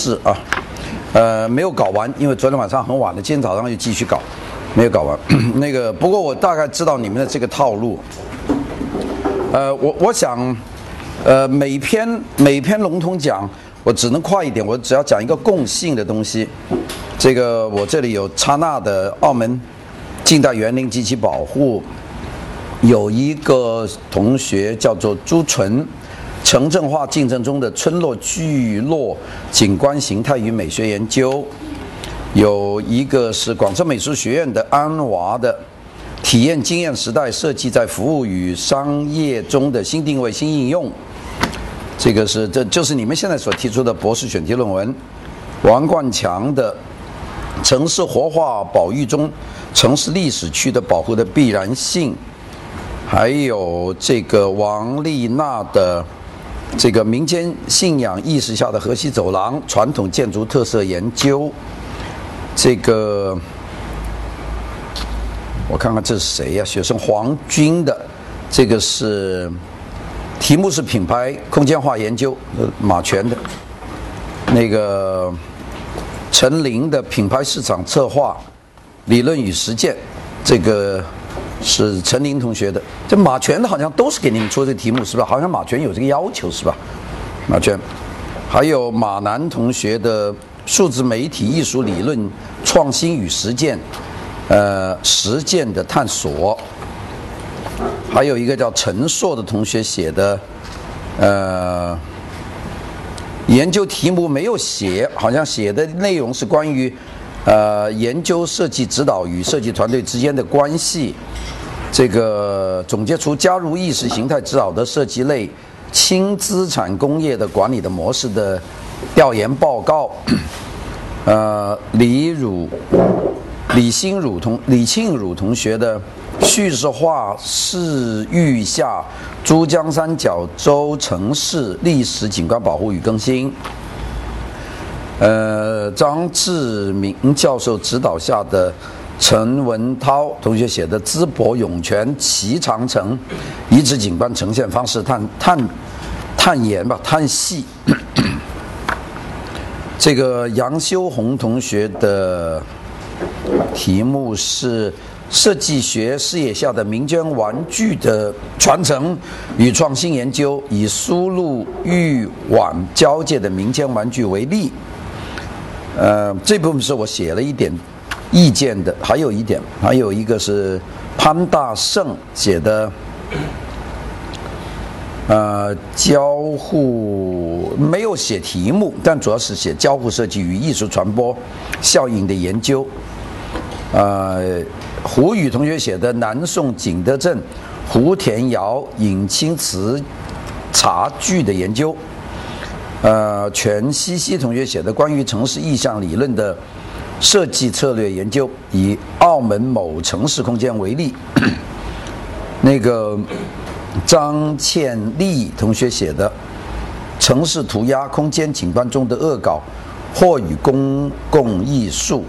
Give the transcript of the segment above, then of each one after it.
制啊，没有搞完，因为昨天晚上很晚了，今天早上又继续搞，没有搞完。那个不过我大概知道你们的这个套路。我想，每篇笼统讲，我只能快一点，我只要讲一个共性的东西。这个我这里有刹那的澳门近代园林及其保护，有一个同学叫做朱纯，城镇化进程中的村落聚落景观形态与美学研究，有一个是广州美术学院的安娃的体验经验时代设计在服务与商业中的新定位新应用，这就是你们现在所提出的博士选题论文。王冠强的城市活化保育中城市历史区的保护的必然性，还有这个王丽娜的这个民间信仰意识下的河西走廊传统建筑特色研究，这个我看看这是谁呀？学生黄军的，这个是题目是品牌空间化研究，马全的。那个陈琳的品牌市场策划理论与实践，这个是陈琳同学的。这马全的好像都是给你们出这个题目是吧？好像马全有这个要求是吧？马全，还有马南同学的数字媒体艺术理论创新与实践。实践的探索，还有一个叫陈硕的同学写的，研究题目没有写，好像写的内容是关于研究设计指导与设计团队之间的关系，这个总结出加入意识形态指导的设计类轻资产工业的管理的模式的调研报告，李庆儒同学的叙事化视域下珠江三角洲城市历史景观保护与更新，张志明教授指导下的陈文涛同学写的淄博涌泉齐长城遗址景观呈现方式探细，这个杨修红同学的题目是设计学视野下的民间玩具的传承与创新研究，以输入豫皖交界的民间玩具为例。这部分是我写了一点意见的，还有一个是潘大胜写的，交互没有写题目，但主要是写交互设计与艺术传播效应的研究。胡宇同学写的南宋景德镇胡田窑引青瓷茶具的研究，全西西同学写的关于城市意象理论的设计策略研究，以澳门某城市空间为例。那个张倩丽同学写的城市涂鸦空间景观中的恶搞或与公共艺术，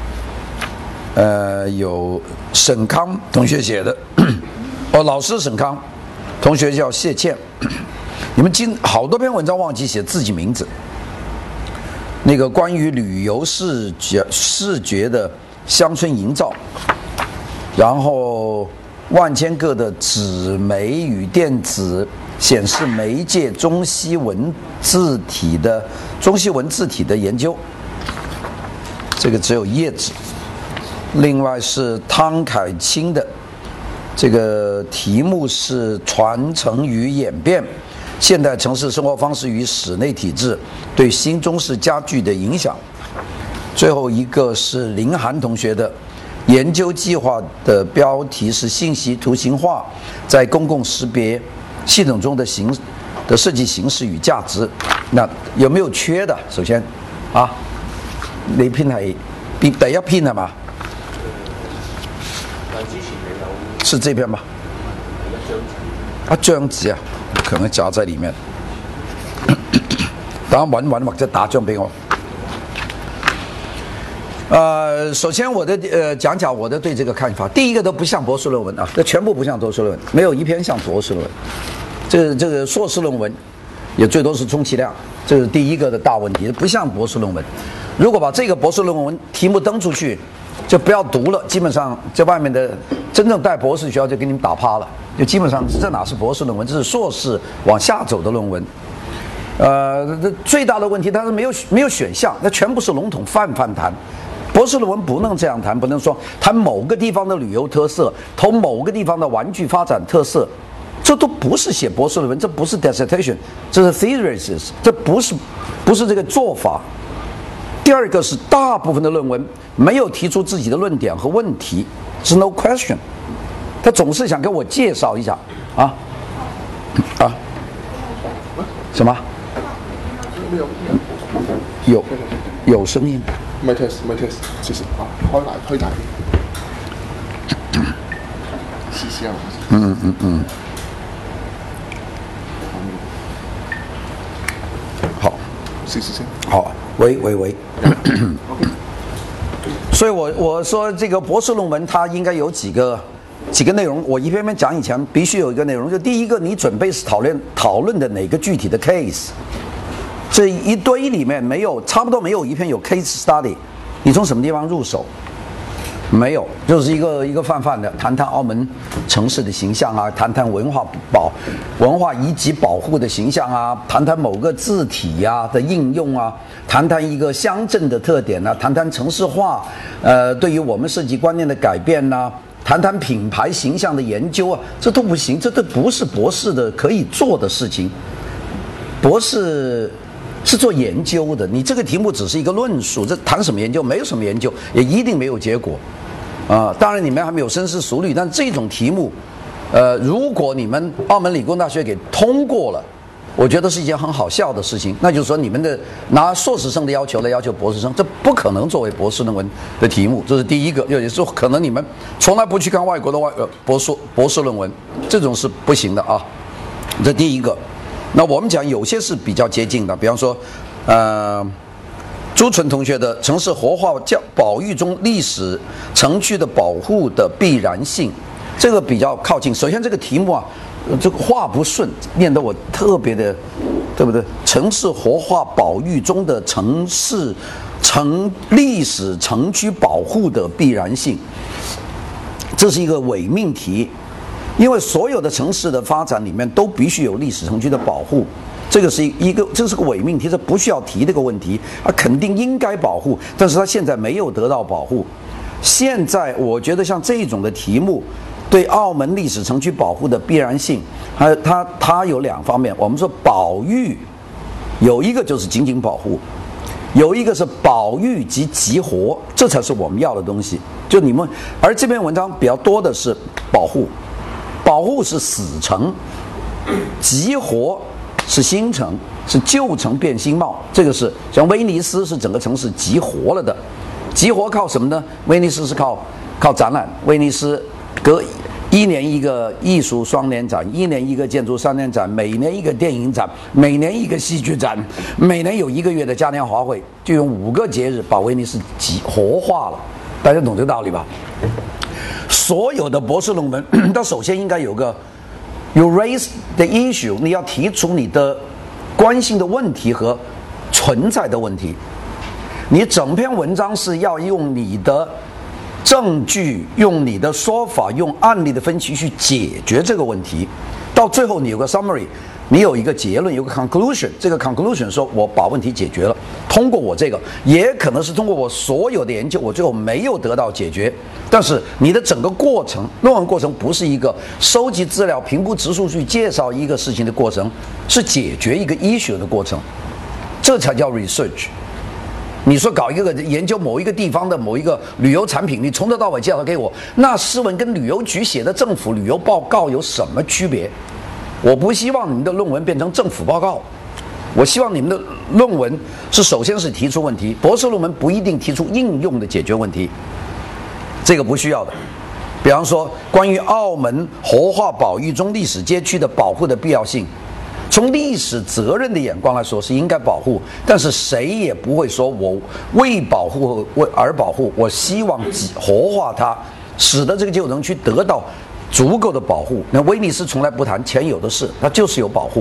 有沈康同学写的，老师沈康，同学叫谢倩。你们好多篇文章忘记写自己名字。那个关于旅游视觉的乡村营造，然后万千个的纸媒与电子显示媒介中西文字体的研究，这个只有页纸。另外是汤凯清的，这个题目是传承与演变，现代城市生活方式与室内体制对新中式家具的影响。最后一个是林涵同学的研究计划的标题是信息图形化在公共识别系统中的设计形式与价值。那有没有缺的？首先你篇係第一篇係嘛？是这篇吧？張紙啊，可能夾在裡面。等下揾或者打張俾我。首先我的讲我的对这个看法。第一个都不像博士论文啊，这全部不像博士论文，没有一篇像博士论文。这个硕士论文， 也最多是充其量，这是第一个的大问题，不像博士论文。如果把这个博士论文题目登出去，就不要读了，基本上在外面的真正带博士学校就给你们打趴了，就基本上这哪是博士论文，这是硕士往下走的论文。这最大的问题，它是没有选项，那全部是笼统泛谈。博士论文不能这样谈，不能说谈某个地方的旅游特色，投某个地方的玩具发展特色，这都不是写博士论文，这不是 dissertation， 这是 thesis， 这不是这个做法。第二个是大部分的论文没有提出自己的论点和问题，是 no question， 他总是想给我介绍一下什么？有声音。 咪 test， 其實推大啲，試試啊。 好， 試先。 好，喂。所以我说这个博士论文它应该有几个内容，我一篇篇讲以前必须有一个内容，就第一个，你准备是讨论的哪个具体的 case。这一堆里面差不多没有一篇有 case study， 你从什么地方入手？没有，就是一个泛的谈澳门城市的形象啊，谈文化遗迹保护的形象啊，谈某个字体啊的应用啊，谈一个乡镇的特点啊，谈城市化对于我们设计观念的改变啊，谈品牌形象的研究啊，这都不行，这都不是博士的可以做的事情。博士是做研究的，你这个题目只是一个论述，这谈什么研究？没有什么研究，也一定没有结果。当然你们还没有深思熟虑，但这种题目，如果你们澳门理工大学给通过了，我觉得是一件很好笑的事情。那就是说，你们的拿硕士生的要求来要求博士生，这不可能作为博士论文的题目，这是第一个。也就是说，可能你们从来不去看外国的博士论文，这种是不行的啊。这第一个。那我们讲有些是比较接近的，比方说，朱纯同学的城市活化保育中历史城区的保护的必然性，这个比较靠近。首先这个题目啊，这个话不顺，念得我特别的，对不对？城市活化保育中的历史城区保护的必然性，这是一个伪命题。因为所有的城市的发展里面都必须有历史城区的保护，这是个伪命题，这不需要提这个问题，肯定应该保护，但是它现在没有得到保护。现在我觉得像这种的题目，对澳门历史城区保护的必然性，它有两方面。我们说保育，有一个就是仅仅保护，有一个是保育及激活，这才是我们要的东西。就你们，而这篇文章比较多的是保护。保护是死城，激活是新城，是旧城变新貌。这个是像威尼斯是整个城市激活了的，激活靠什么呢？威尼斯是靠展览，威尼斯隔1年一个艺术双年展，1年一个建筑3年展，每年一个电影展，每年一个戏剧展，每年有1个月的嘉年华会，就用5个节日把威尼斯活化了。大家懂这个道理吧？所有的博士论文，它首先应该有 raise the issue， 你要提出你的关心的问题和存在的问题。你整篇文章是要用你的证据、用你的说法、用案例的分析去解决这个问题。到最后你有个 summary， 你有一个结论，有个 conclusion， 这个 conclusion 说我把问题解决了，通过我这个，也可能是通过我所有的研究，我最后没有得到解决。但是你的整个过程，论文过程不是一个收集资料、评估直数据、介绍一个事情的过程，是解决一个 issue 的过程，这才叫 research。你说搞一个研究某一个地方的某一个旅游产品，你从头到尾介绍给我，那试问跟旅游局写的政府旅游报告有什么区别？我不希望你们的论文变成政府报告，我希望你们的论文是首先是提出问题，博士论文不一定提出应用的解决问题，这个不需要的。比方说关于澳门活化保育中历史街区的保护的必要性，从历史责任的眼光来说是应该保护，但是谁也不会说我为保护而保护，我希望活化它，使得这个旧城区得到足够的保护。那威尼斯从来不谈，钱有的是，它就是有保护。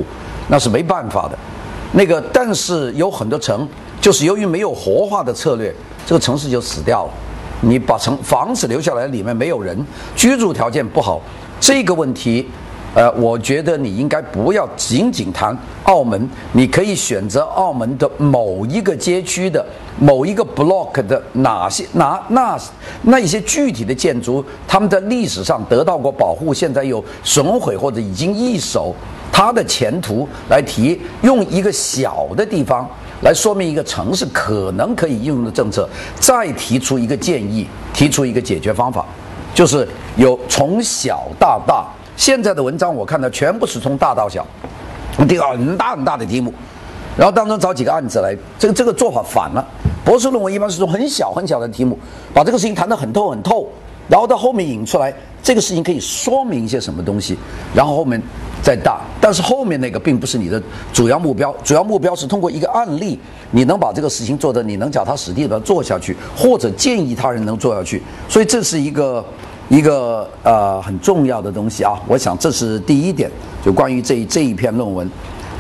那是没办法的。但是有很多城，就是由于没有活化的策略，这个城市就死掉了。你把房子留下来，里面没有人，居住条件不好，这个问题，我觉得你应该不要仅仅谈澳门，你可以选择澳门的某一个街区的某一个 block 的那一些具体的建筑，他们在历史上得到过保护，现在有损毁或者已经易手，它的前途来提，用一个小的地方来说明一个城市可能可以应用的政策，再提出一个建议，提出一个解决方法，就是有从小到大。现在的文章我看到全部是从大到小，提很大很大的题目，然后当中找几个案子来，这个做法反了。博士论文一般是从很小很小的题目，把这个事情谈得很透很透，然后到后面引出来这个事情可以说明一些什么东西，然后后面再大。但是后面那个并不是你的主要目标，主要目标是通过一个案例，你能把这个事情做得你能脚踏实地的做下去，或者建议他人能做下去。所以这是一个很重要的东西啊。我想这是第一点，就关于这一篇论文，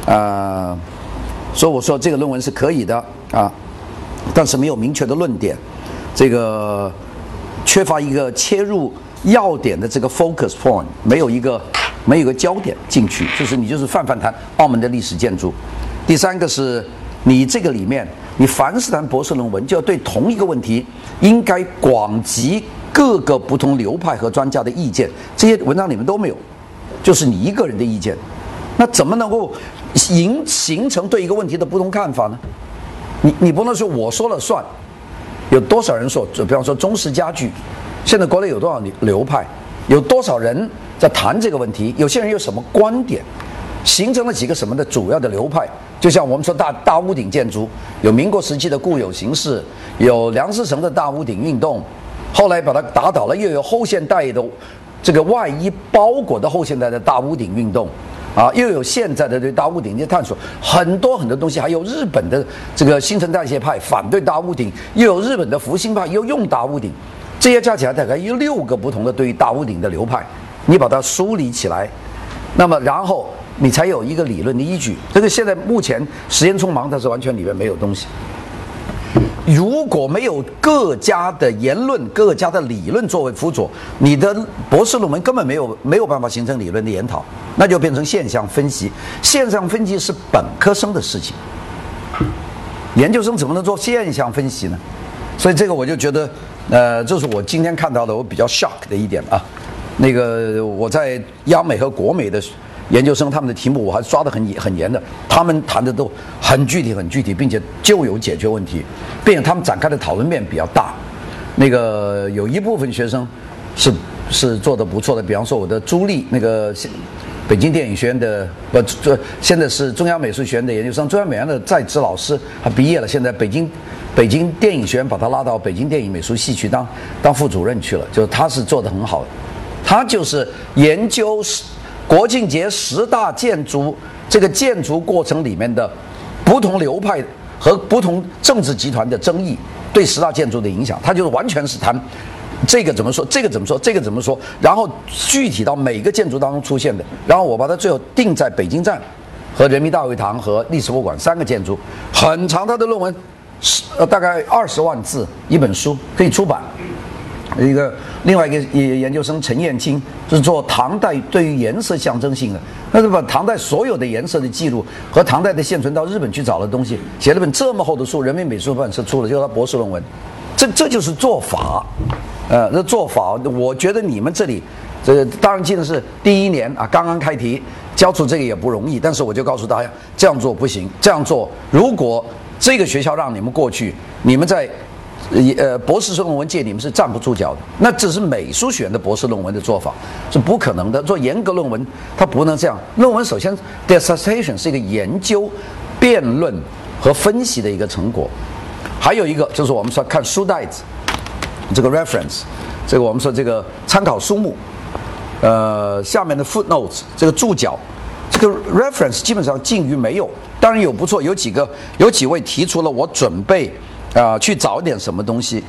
所以我说这个论文是可以的啊，但是没有明确的论点，这个缺乏一个切入要点的这个 focus point， 没有一个焦点进去，就是你就是泛谈澳门的历史建筑。第三个是你这个里面，你凡是谈博士论文，就要对同一个问题应该广集各个不同流派和专家的意见，这些文章里面都没有，就是你一个人的意见，那怎么能够形成对一个问题的不同看法呢？你不能说我说了算，有多少人说？比方说中式家具，现在国内有多少流派，有多少人在谈这个问题？有些人有什么观点，形成了几个什么的主要的流派？就像我们说大屋顶建筑，有民国时期的固有形式，有梁思成的大屋顶运动，后来把它打倒了，又有后现代的这个外衣包裹的后现代的大屋顶运动。又有现在的对大屋顶的探索，很多东西，还有日本的这个新陈代谢派反对大屋顶，又有日本的复兴派又用大屋顶，这些加起来大概有6个不同的对于大屋顶的流派，你把它梳理起来，那么然后你才有一个理论的依据。这个现在目前时间匆忙，它是完全里面没有东西。如果没有各家的言论、各家的理论作为辅佐，你的博士论文根本没有办法形成理论的研讨，那就变成现象分析。现象分析是本科生的事情，研究生怎么能做现象分析呢？所以这个我就觉得，这是我今天看到的我比较 shock 的一点啊。我在央美和国美的研究生，他们的题目我还抓得很严的，他们谈的都很具体，并且就有解决问题，并且他们展开的讨论面比较大。有一部分学生是做得不错的，比方说我的朱莉，北京电影学院的现在是中央美术学院的研究生，中央美院的在职老师，他毕业了，现在北京电影学院把他拉到北京电影美术系去当副主任去了，就他是做得很好的，他就是研究国庆节10大建筑这个建筑过程里面的不同流派和不同政治集团的争议对10大建筑的影响，他就是完全是谈这个怎么说，这个怎么说，这个怎么说，然后具体到每个建筑当中出现的，然后我把它最后定在北京站和人民大会堂和历史博物馆3个建筑，很长，他的论文大概20万字一本书可以出版。另外一个研究生陈燕青是做唐代对于颜色象征性的，那是把唐代所有的颜色的记录和唐代的现存到日本去找的东西，写了本这么厚的书，人民美术出版社出了，就是他博士论文。这就是做法，这做法，我觉得你们这里，当然记得是第1年啊，刚刚开题，交出这个也不容易，但是我就告诉大家，这样做不行，这样做，如果这个学校让你们过去，你们在博士论文界你们是站不住脚的，那只是美术学院的博士论文的做法是不可能的。做严格论文它不能这样，论文首先 dissertation 是一个研究、辩论和分析的一个成果，还有一个就是我们说看书袋子，这个 reference， 这个我们说这个参考书目，下面的 footnotes 这个注脚，这个 reference 基本上近于没有，当然有不错，有几位提出了我准备去找一点什么东西，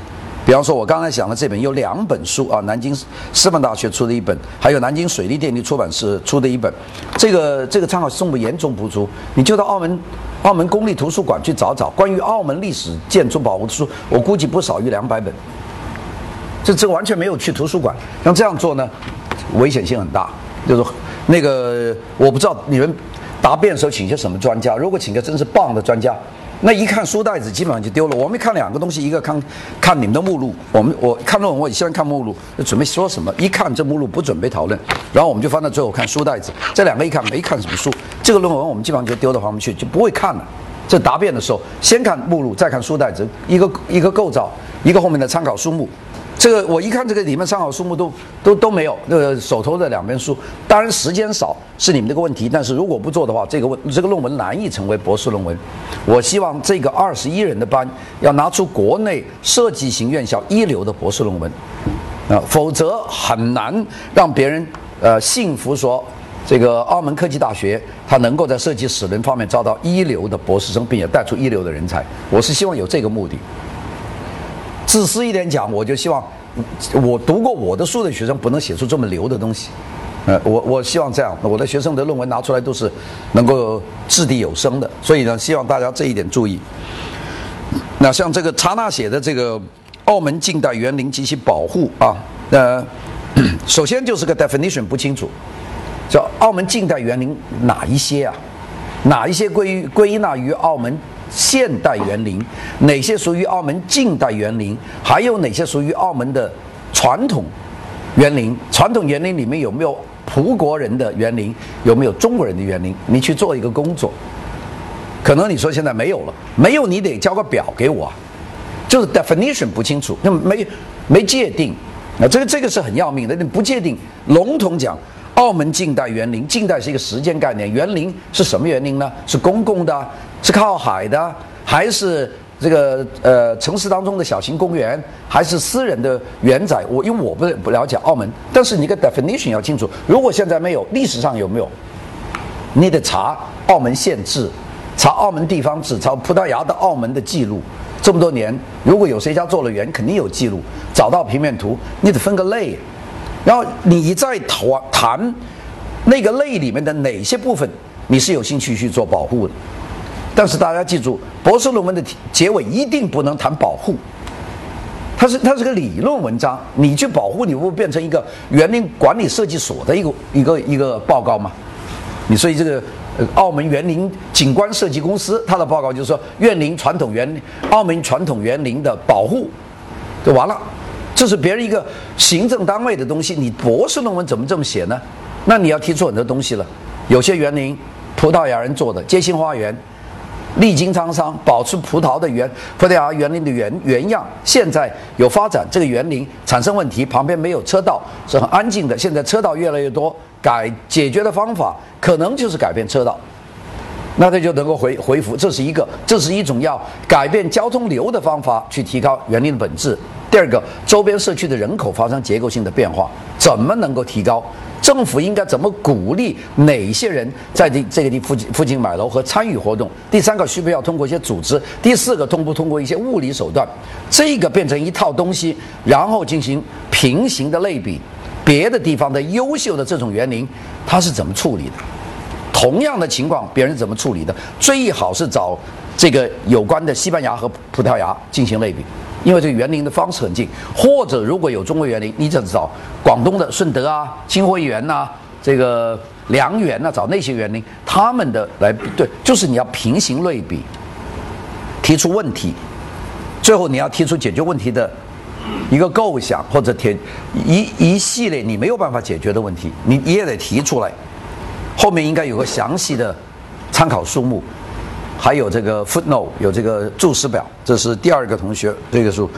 比方说，我刚才讲的这本有2本书啊，南京师范大学出的一本，还有南京水利电力出版社出的一本。这个参考书目严重不足，你就到澳门公立图书馆去找找关于澳门历史建筑保护的书，我估计不少于200本。这完全没有去图书馆，像这样做呢，危险性很大。就是那个我不知道你们答辩的时候请些什么专家，如果请个真是棒的专家。那一看书袋子基本上就丢了。我们看2个东西，一个看你们的目录，我看论文我喜欢看目录，就准备说什么，一看这目录不准备讨论，然后我们就翻到最后看书袋子。这2个一看没看什么书，这个论文我们基本上就丢到旁边去，就不会看了。这答辩的时候先看目录，再看书袋子，一个构造，一个后面的参考书目。这个我一看这个里面参考书目都没有，手头的2本书，当然时间少是你们这个问题，但是如果不做的话，这个论文难以成为博士论文。我希望这个21人的班要拿出国内设计型院校一流的博士论文，否则很难让别人信服说这个澳门科技大学它能够在设计齿轮方面招到一流的博士生，并且带出一流的人才。我是希望有这个目的。自私一点讲，我就希望我读过我的书的学生不能写出这么流的东西。我希望这样，我的学生的论文拿出来都是能够掷地有声的。所以呢，希望大家这一点注意。那像这个查纳写的这个澳门近代园林及其保护啊，首先就是个 definition 不清楚，叫澳门近代园林哪一些啊？哪一些归纳于澳门现代园林，哪些属于澳门近代园林，还有哪些属于澳门的传统园林？传统园林里面有没有葡国人的园林，有没有中国人的园林？你去做一个工作。可能你说现在没有了，没有你得交个表给我啊，就是 definition 不清楚，那没界定啊，这个是很要命的。你不界定，笼统讲。澳门近代园林，近代是一个时间概念，园林是什么园林呢？是公共的，是靠海的，还是这个城市当中的小型公园，还是私人的园仔？因为我不了解澳门，但是你个 definition 要清楚。如果现在没有，历史上有没有？你得查澳门县志，查澳门地方志，查葡萄牙的澳门的记录。这么多年，如果有谁家做了园，肯定有记录，找到平面图，你得分个类。然后你再谈那个类里面的哪些部分你是有兴趣去做保护的，但是大家记住，博士论文的结尾一定不能谈保护，它是个理论文章，你去保护，你不变成一个园林管理设计所的一个报告吗？所以这个澳门园林景观设计公司它的报告就是说，澳门传统园林的保护就完了。这是别人一个行政单位的东西，你博士论文怎么这么写呢？那你要提出很多东西了。有些园林葡萄牙人做的，街心花园历经沧桑，保持葡萄牙园林的原样，现在有发展，这个园林产生问题，旁边没有车道，是很安静的。现在车道越来越多，解决的方法可能就是改变车道，那它就能够回复。这是一种要改变交通流的方法，去提高园林的本质。第二个，周边社区的人口发生结构性的变化，怎么能够提高？政府应该怎么鼓励哪些人在这个地附近买楼和参与活动？第三个，需不需要通过一些组织？第四个，通不通过一些物理手段？这个变成一套东西，然后进行平行的类比，别的地方的优秀的这种园林，它是怎么处理的？同样的情况，别人怎么处理的？最好是找这个有关的西班牙和葡萄牙进行类比。因为这个园林的方式很近，或者如果有中国园林，你就找广东的顺德啊、清晖园呐、这个良园呐，找那些园林，他们的来比对，就是你要平行类比，提出问题，最后你要提出解决问题的一个构想，或者一系列你没有办法解决的问题，你也得提出来，后面应该有个详细的参考书目。还有这个 footnote， 有这个注释表，这是第2个同学这个书，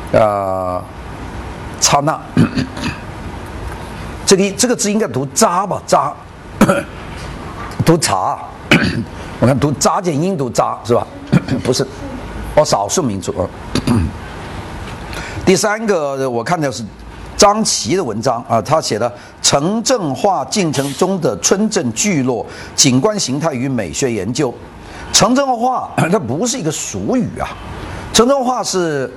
查纳，这个字应该读扎吧，扎，读查，我看读扎键音读扎是吧？不是，少数民族。第3个我看的是张琦的文章啊，他写的城镇化进程中的村镇聚落景观形态与美学研究。城镇化它不是一个俗语啊，城镇化是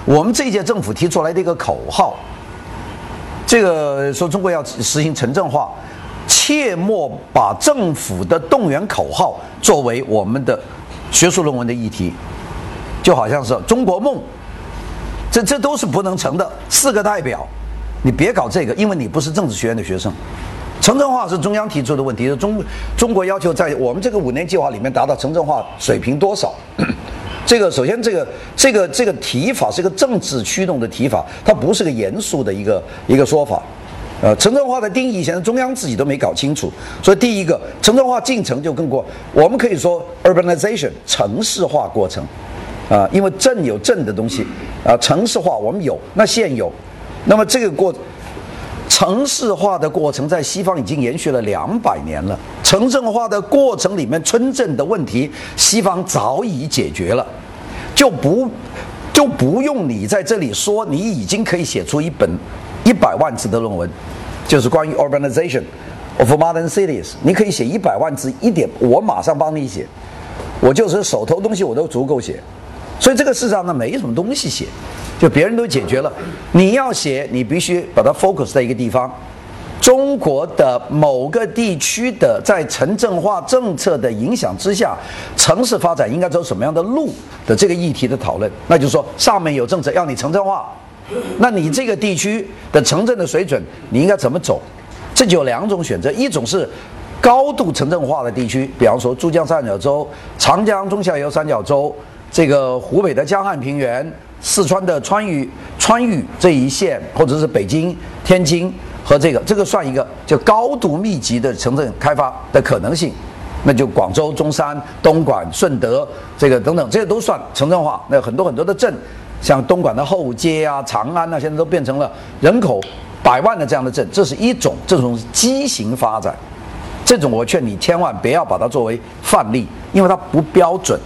我们这一届政府提出来的一个口号，这个说中国要实行城镇化，切莫把政府的动员口号作为我们的学术论文的议题，就好像是中国梦，这都是不能成的。4个代表，你别搞这个，因为你不是政治学院的学生。城镇化是中央提出的问题，中国要求在我们这个5年计划里面达到城镇化水平多少？这个首先这个提法是一个政治驱动的提法，它不是个严肃的一个说法。城镇化的定义现在中央自己都没搞清楚，所以第一个城镇化进程就更过，我们可以说 urbanization 城市化过程，因为镇有镇的东西，城市化我们有，那现有，那么这个城市化的过程在西方已经延续了200年了。城镇化的过程里面，村镇的问题，西方早已解决了，就不用你在这里说，你已经可以写出一本100万字的论文，就是关于 urbanization of modern cities， 你可以写100万字，我马上帮你写，我就是手头东西我都足够写，所以这个世上呢没什么东西写。就别人都解决了，你要写，你必须把它 focus 在一个地方。中国的某个地区的在城镇化政策的影响之下，城市发展应该走什么样的路的这个议题的讨论，那就是说上面有政策要你城镇化，那你这个地区的城镇的水准你应该怎么走？这就有2种选择，一种是高度城镇化的地区，比方说珠江三角洲、长江中下游三角洲，这个湖北的江汉平原、四川的川渝这一线，或者是北京、天津和这个算一个就高度密集的城镇开发的可能性，那就广州、中山、东莞、顺德这个等等，这些都算城镇化。那很多的镇，像东莞的后街啊、长安啊，现在都变成了人口100万的这样的镇，这是一种这种畸形发展。这种我劝你千万不要把它作为范例，因为它不标准，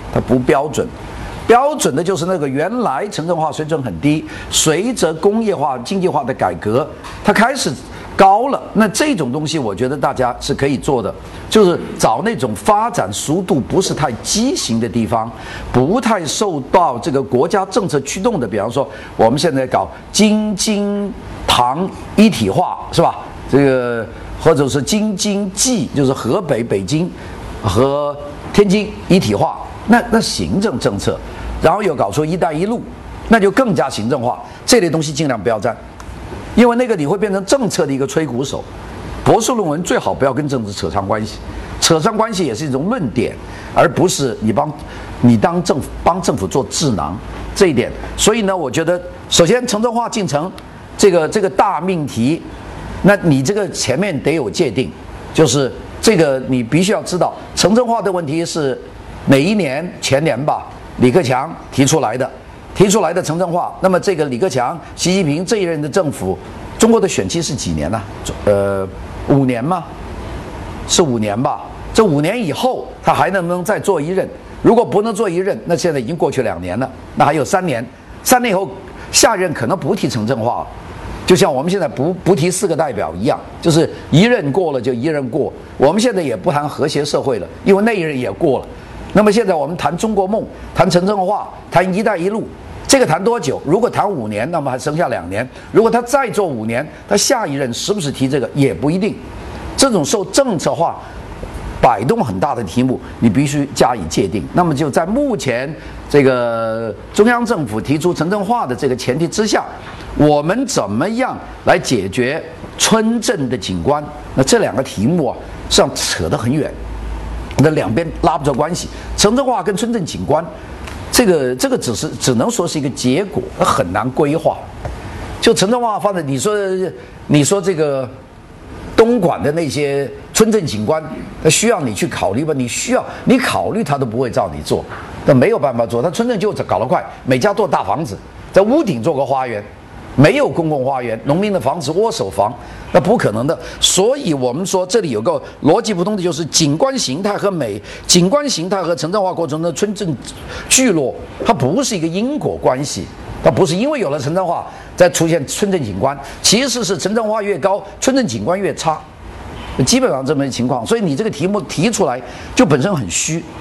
标准的就是那个原来城镇化水准很低，随着工业化、经济化的改革，它开始高了。那这种东西，我觉得大家是可以做的，就是找那种发展速度不是太畸形的地方，不太受到这个国家政策驱动的。比方说，我们现在搞京津唐一体化，是吧？这个或者是京津冀，就是河北、北京和天津一体化，那行政政策。然后又搞出一带一路，那就更加行政化，这类东西尽量不要沾，因为那个你会变成政策的一个吹鼓手。博士论文最好不要跟政治扯上关系，扯上关系也是一种论点，而不是你帮政府做智囊这一点。所以呢，我觉得首先城镇化进程这个大命题，那你这个前面得有界定，就是这个你必须要知道城镇化的问题是哪一年？前年吧。李克强提出来的城镇化，那么这个李克强、习近平这一任的政府，中国的选期是几年呢？5年吗？是5年吧？这5年以后，他还能不能再做一任？如果不能做一任，那现在已经过去2年了，那还有3年。3年以后，下任可能不提城镇化了，就像我们现在不提4个代表一样，就是一任过了就一任过。我们现在也不谈和谐社会了，因为那一任也过了。那么现在我们谈中国梦，谈城镇化，谈一带一路，这个谈多久？如果谈5年，那么还剩下2年。如果他再做5年，他下一任是不是提这个也不一定。这种受政策化摆动很大的题目，你必须加以界定。那么就在目前这个中央政府提出城镇化的这个前提之下，我们怎么样来解决村镇的景观？那这2个题目啊，实际上扯得很远。那两边拉不着关系，城镇化跟村镇景观，这个只能说是一个结果，很难规划。就城镇化发展，你说这个东莞的那些村镇景观，需要你去考虑吧？你考虑他都不会照你做，那没有办法做。他村镇就搞得快，每家做大房子，在屋顶做个花园。没有公共花园，农民的房子窝手房，那不可能的。所以我们说这里有个逻辑不通的，就是景观形态和景观形态和城镇化过程的村镇聚落，它不是一个因果关系，它不是因为有了城镇化再出现村镇景观，其实是城镇化越高，村镇景观越差，基本上这么一情况。所以你这个题目提出来就本身很虚。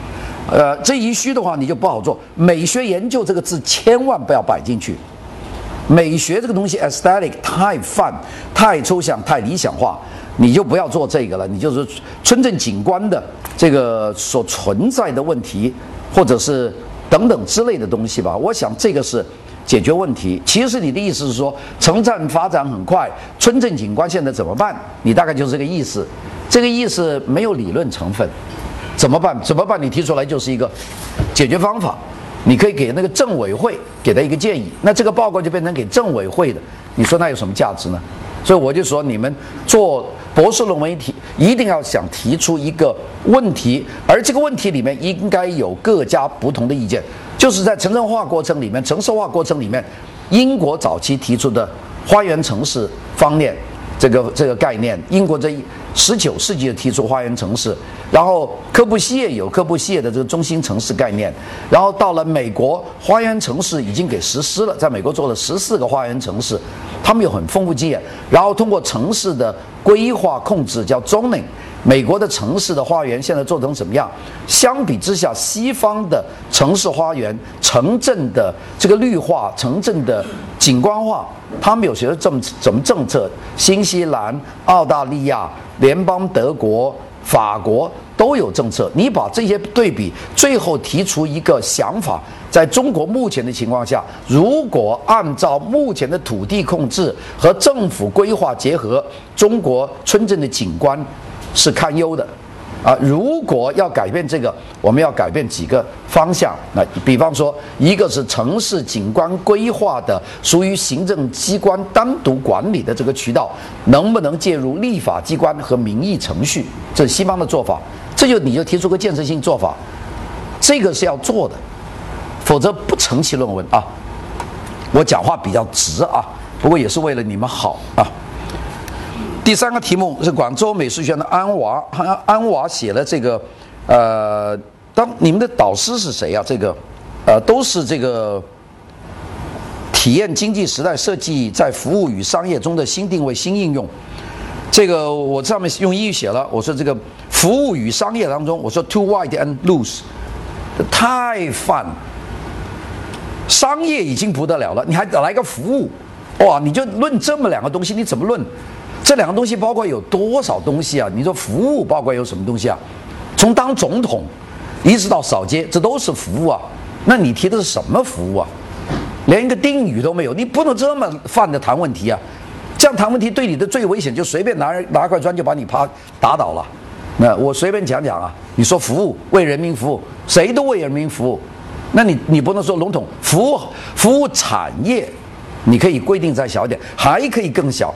这一虚的话你就不好做。美学研究这个字千万不要摆进去。美学这个东西 aesthetic 太泛、太抽象、太理想化，你就不要做这个了。你就是村镇景观的这个所存在的问题，或者是等等之类的东西吧。我想这个是解决问题。其实你的意思是说，城镇发展很快，村镇景观现在怎么办？你大概就是这个意思。这个意思没有理论成分，怎么办？怎么办？你提出来就是一个解决方法。你可以给那个政委会给他一个建议，那这个报告就变成给政委会的，你说那有什么价值呢？所以我就说，你们做博士论文一定要想提出一个问题，而这个问题里面应该有各家不同的意见。就是在城镇化过程里面、城市化过程里面，英国早期提出的花园城市方面这个概念，英国在19世纪提出花园城市，然后科布西耶有科布西耶的这个中心城市概念，然后到了美国，花园城市已经给实施了，在美国做了14个花园城市，他们有很丰富经验，然后通过城市的规划控制叫 zoning， 美国的城市的花园现在做成什么样？相比之下，西方的城市花园、城镇的这个绿化、城镇的景观化，他们有些怎么政策？新西兰、澳大利亚、联邦德国、法国都有政策。你把这些对比，最后提出一个想法：在中国目前的情况下，如果按照目前的土地控制和政府规划结合，中国村镇的景观是堪忧的。如果要改变这个，我们要改变几个方向。那比方说，一个是城市景观规划的属于行政机关单独管理的这个渠道，能不能介入立法机关和民意程序？这是西方的做法，你就提出个建设性做法，这个是要做的，否则不成其论文啊。我讲话比较直啊，不过也是为了你们好啊。第3个题目是广州美术学院的安娃写了这个，你们的导师是谁啊？这个，都是这个体验经济时代设计在服务与商业中的新定位、新应用。这个我上面用英语写了，我说这个服务与商业当中，我说 too wide and loose， 太泛，商业已经不得了了，你还来个服务，哇，你就论这么2个东西，你怎么论？这2个东西包括有多少东西啊？你说服务包括有什么东西啊？从当总统一直到扫街，这都是服务啊。那你提的是什么服务啊？连一个定语都没有，你不能这么泛的谈问题啊！这样谈问题对你的最危险，就随便拿块砖就把你打倒了。那我随便讲讲啊，你说服务为人民服务，谁都为人民服务，那你不能说笼统服务产业，你可以规定再小一点，还可以更小。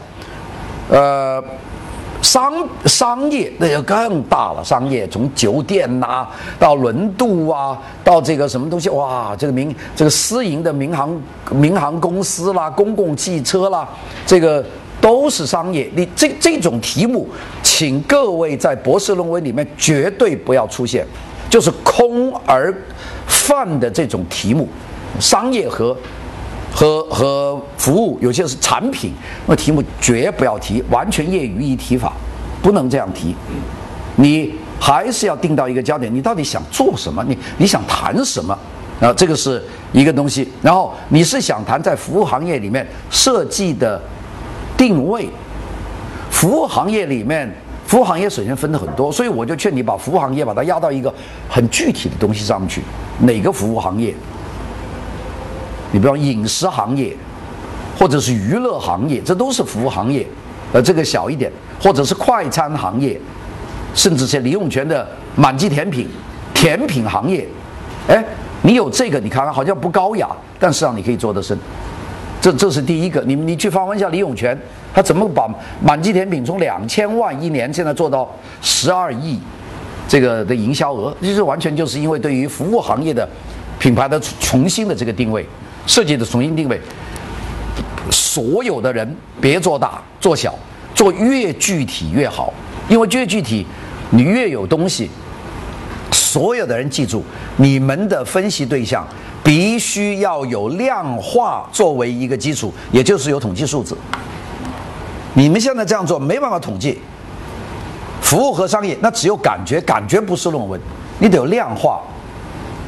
商业那就更大了，商业从酒店呐、到轮渡啊，到这个什么东西，哇，这个私营的民航公司啦，公共汽车啦，这个都是商业。你这种题目，请各位在博士论文里面绝对不要出现，就是空而泛的这种题目，商业和服务，有些是产品，那题目绝不要提，完全业余一提法，不能这样提。你还是要定到一个焦点，你到底想做什么？你想谈什么？这个是一个东西。然后你是想谈在服务行业里面设计的定位。服务行业里面，服务行业首先分得很多，所以我就劝你把服务行业把它压到一个很具体的东西上面去。哪个服务行业？你比方饮食行业，或者是娱乐行业，这都是服务行业。这个小一点，或者是快餐行业，甚至是李永泉的满记甜品行业。你有这个，你看看好像不高雅，但实际上你可以做得深。这是第一个。你去访问一下李永泉，他怎么把满记甜品从2000万一年现在做到12亿这个的营销额，就是完全就是因为对于服务行业的品牌的重新的这个定位。设计的重新定位，所有的人别做大做小，做越具体越好，因为越具体你越有东西。所有的人记住，你们的分析对象必须要有量化作为一个基础，也就是有统计数字。你们现在这样做没办法统计，服务和商业那只有感觉，感觉不是论文，你得有量化。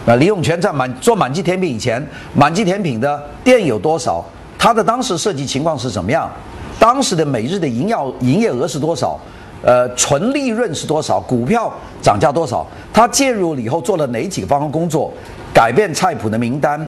李永泉在做满记甜品以前，满记甜品的店有多少？它的当时设计情况是怎么样？当时的每日的营业额是多少？纯利润是多少？股票涨价多少？他介入了以后做了哪几个方面工作？改变菜谱的名单。